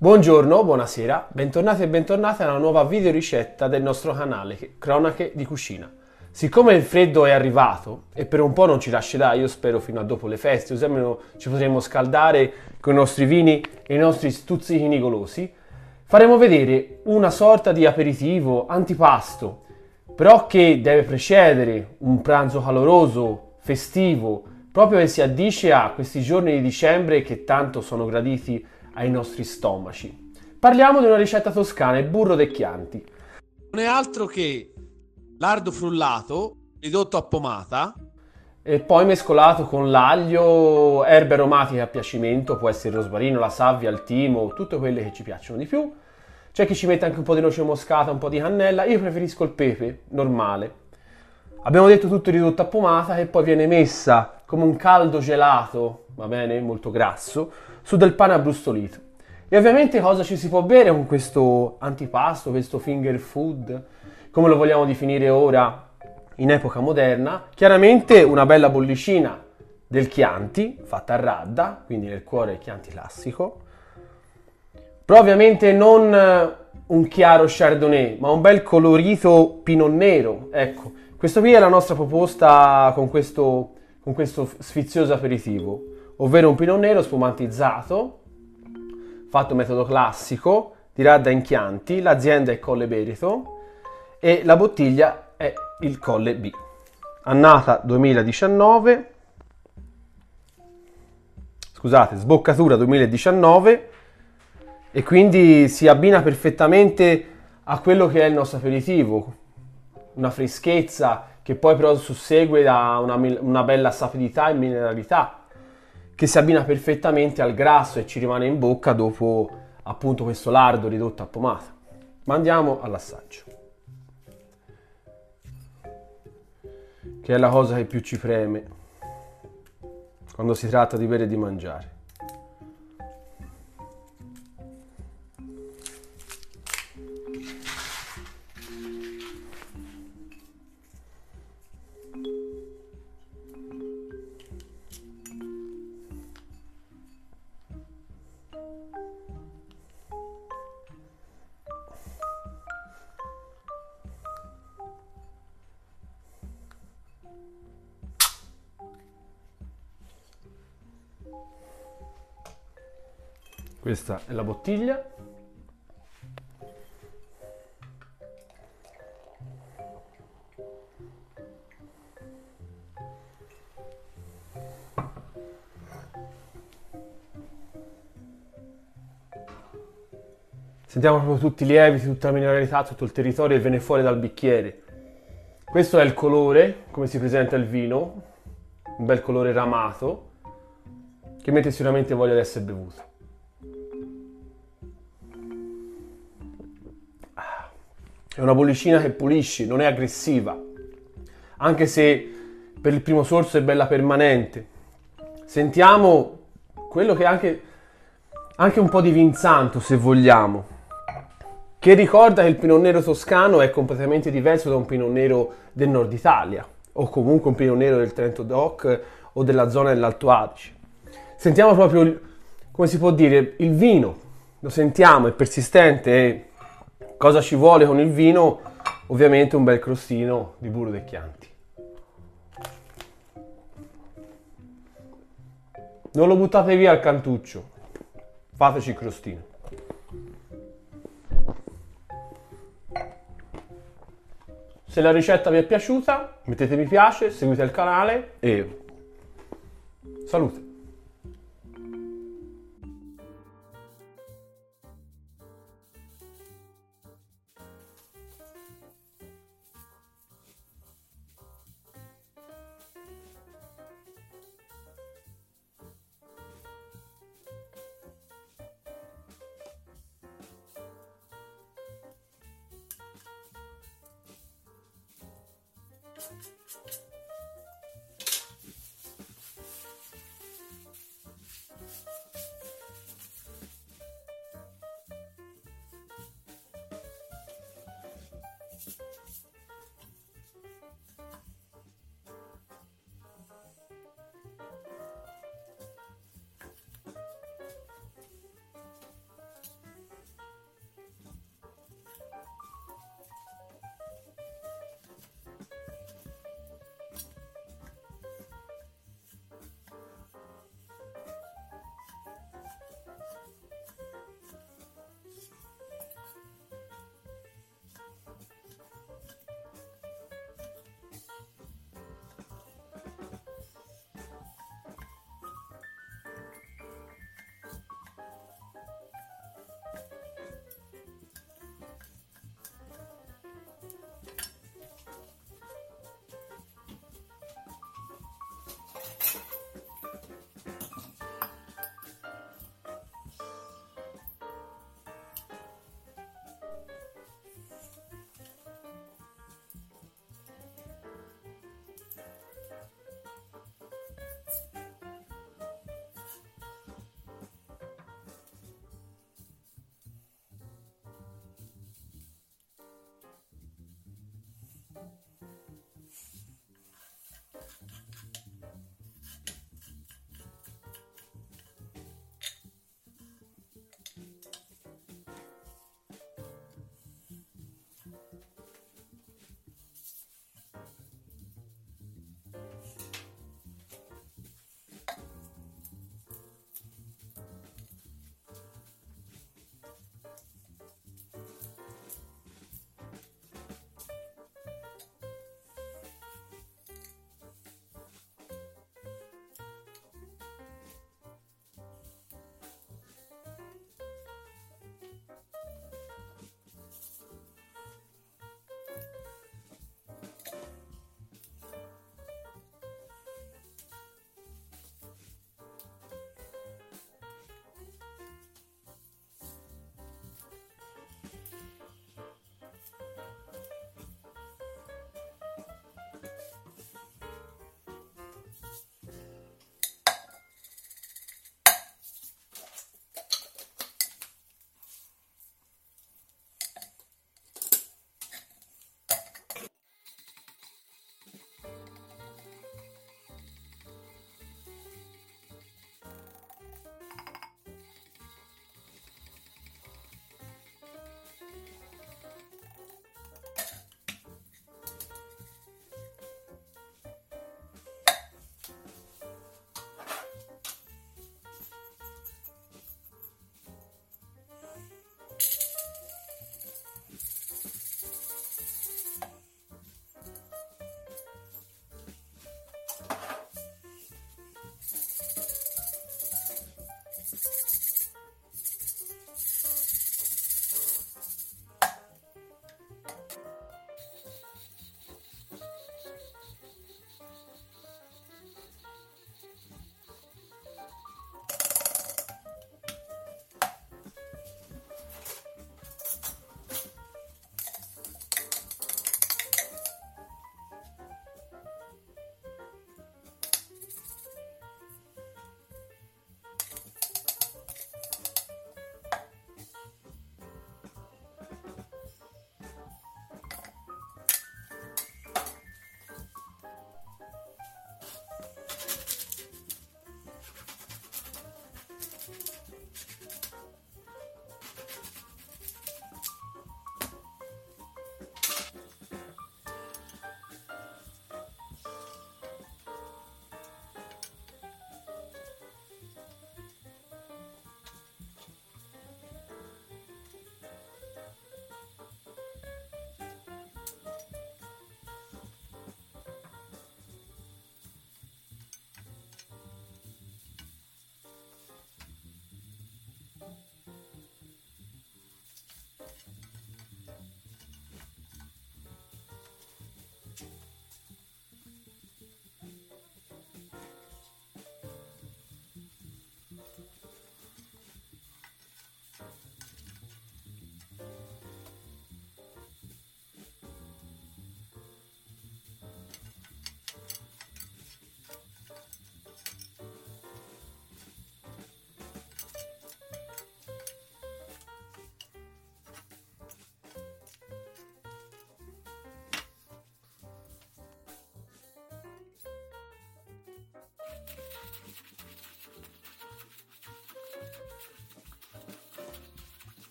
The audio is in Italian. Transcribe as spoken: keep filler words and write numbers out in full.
Buongiorno, buonasera, bentornati e bentornate alla nuova video ricetta del nostro canale Cronache di Cucina. Siccome il freddo è arrivato e per un po' non ci lascerà, io spero fino a dopo le feste, così almeno ci potremo scaldare con i nostri vini e i nostri stuzzichini golosi, faremo vedere una sorta di aperitivo, antipasto, però che deve precedere un pranzo caloroso, festivo, proprio che si addice a questi giorni di dicembre che tanto sono graditi ai nostri stomaci. Parliamo di una ricetta toscana, il burro de Chianti. Non è altro che lardo frullato, ridotto a pomata, E poi mescolato con l'aglio, erbe aromatiche a piacimento, può essere il rosmarino, la salvia, il timo, tutte quelle che ci piacciono di più. C'è chi ci mette anche un po' di noce moscata, un po' di cannella, io preferisco il pepe, normale. Abbiamo detto tutto ridotto a pomata che poi viene messa come un caldo gelato, va bene, molto grasso, su del pane abbrustolito. E ovviamente cosa ci si può bere con questo antipasto, questo finger food, come lo vogliamo definire ora in epoca moderna? Chiaramente una bella bollicina del Chianti, fatta a radda, quindi nel cuore Chianti classico, però ovviamente non un chiaro Chardonnay, ma un bel colorito Pinot Nero, ecco. Questo qui è la nostra proposta con questo, con questo sfizioso aperitivo, ovvero un Pinot Nero spumantizzato, fatto metodo classico, di radda in Chianti, l'azienda è Colle Berito e la bottiglia è il Colle B. Annata duemiladiciannove, scusate, sboccatura duemiladiciannove, e quindi si abbina perfettamente a quello che è il nostro aperitivo, una freschezza che poi però sussegue da una, una bella sapidità e mineralità che si abbina perfettamente al grasso e ci rimane in bocca dopo appunto questo lardo ridotto a pomata. Ma andiamo all'assaggio, che è la cosa che più ci preme quando si tratta di bere e di mangiare. Questa è la bottiglia. Sentiamo proprio tutti i lieviti, tutta la mineralità, tutto il territorio che viene fuori dal bicchiere. Questo è il colore, come si presenta il vino, un bel colore ramato, che mette sicuramente voglia di essere bevuto. È una bollicina che pulisce, non è aggressiva, anche se per il primo sorso è bella permanente. Sentiamo quello che è anche, anche un po' di vinsanto, se vogliamo, che ricorda che il Pinot Nero toscano è completamente diverso da un Pinot Nero del Nord Italia, o comunque un Pinot Nero del Trento Doc o della zona dell'Alto Adige. Sentiamo proprio, come si può dire, il vino, lo sentiamo, è persistente e cosa ci vuole con il vino? Ovviamente un bel crostino di burro de Chianti. Non lo buttate via al cantuccio, fateci il crostino. Se la ricetta vi è piaciuta, mettete mi piace, seguite il canale e salute!